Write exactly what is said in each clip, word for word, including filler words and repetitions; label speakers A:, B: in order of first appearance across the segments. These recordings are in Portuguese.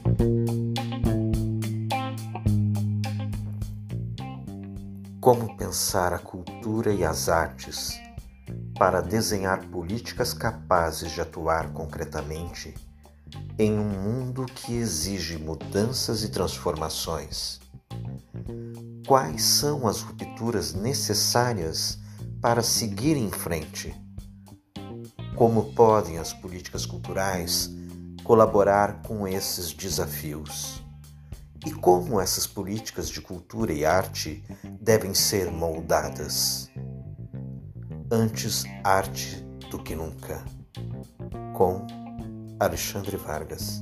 A: Como pensar a cultura e as artes para desenhar políticas capazes de atuar concretamente em um mundo que exige mudanças e transformações? Quais são as rupturas necessárias para seguir em frente? Como podem as políticas culturais colaborar com esses desafios? E como essas políticas de cultura e arte devem ser moldadas? Antes arte do que nunca. Com Alexandre Vargas.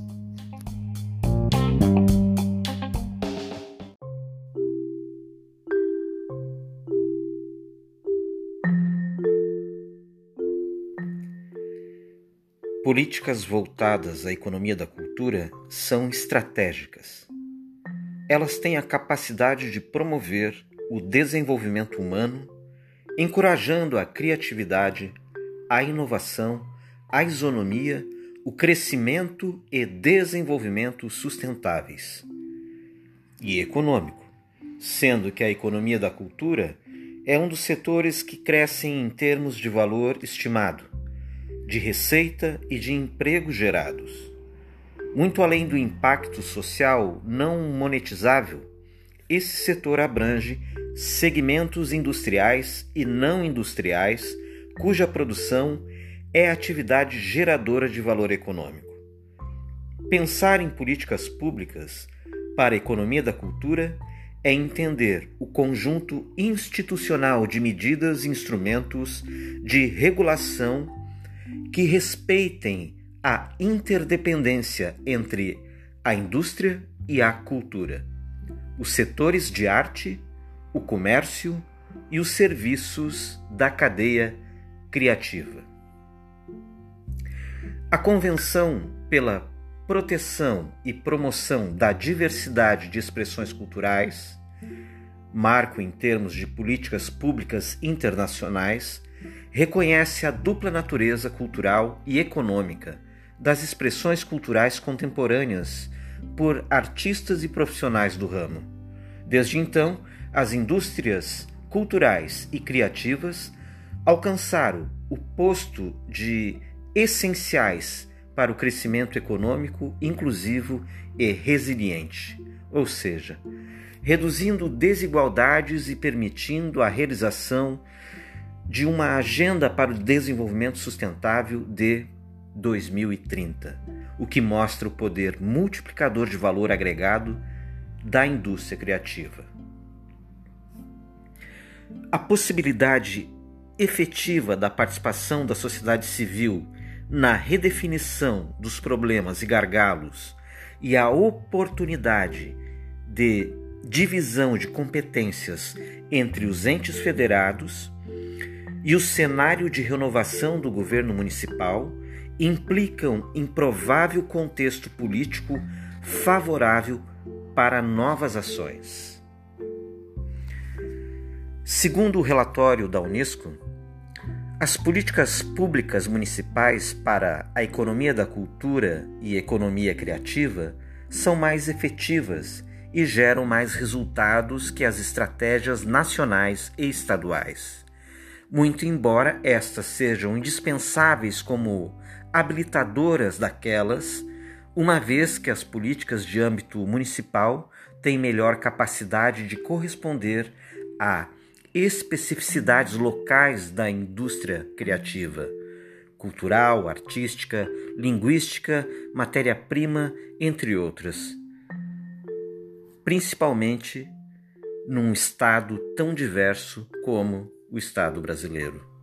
A: Políticas voltadas à economia da cultura são estratégicas. Elas têm a capacidade de promover o desenvolvimento humano, encorajando a criatividade, a inovação, a isonomia, o crescimento e desenvolvimento sustentáveis. E econômico, sendo que a economia da cultura é um dos setores que crescem em termos de valor estimado, de receita e de emprego gerados. Muito além do impacto social não monetizável, esse setor abrange segmentos industriais e não industriais, cuja produção é atividade geradora de valor econômico. Pensar em políticas públicas para a economia da cultura é entender o conjunto institucional de medidas e instrumentos de regulação que respeitem a interdependência entre a indústria e a cultura, os setores de arte, o comércio e os serviços da cadeia criativa. A Convenção pela Proteção e Promoção da Diversidade de Expressões Culturais, marco em termos de políticas públicas internacionais, reconhece a dupla natureza cultural e econômica das expressões culturais contemporâneas por artistas e profissionais do ramo. Desde então, as indústrias culturais e criativas alcançaram o posto de essenciais para o crescimento econômico inclusivo e resiliente, ou seja, reduzindo desigualdades e permitindo a realização de uma agenda para o desenvolvimento sustentável de dois mil e trinta, o que mostra o poder multiplicador de valor agregado da indústria criativa. A possibilidade efetiva da participação da sociedade civil na redefinição dos problemas e gargalos e a oportunidade de divisão de competências entre os entes federados e o cenário de renovação do governo municipal implicam improvável contexto político favorável para novas ações. Segundo o relatório da Unesco, as políticas públicas municipais para a economia da cultura e economia criativa são mais efetivas e geram mais resultados que as estratégias nacionais e estaduais, muito embora estas sejam indispensáveis como habilitadoras daquelas, uma vez que as políticas de âmbito municipal têm melhor capacidade de corresponder a especificidades locais da indústria criativa, cultural, artística, linguística, matéria-prima, entre outras, principalmente num estado tão diverso como o Estado brasileiro.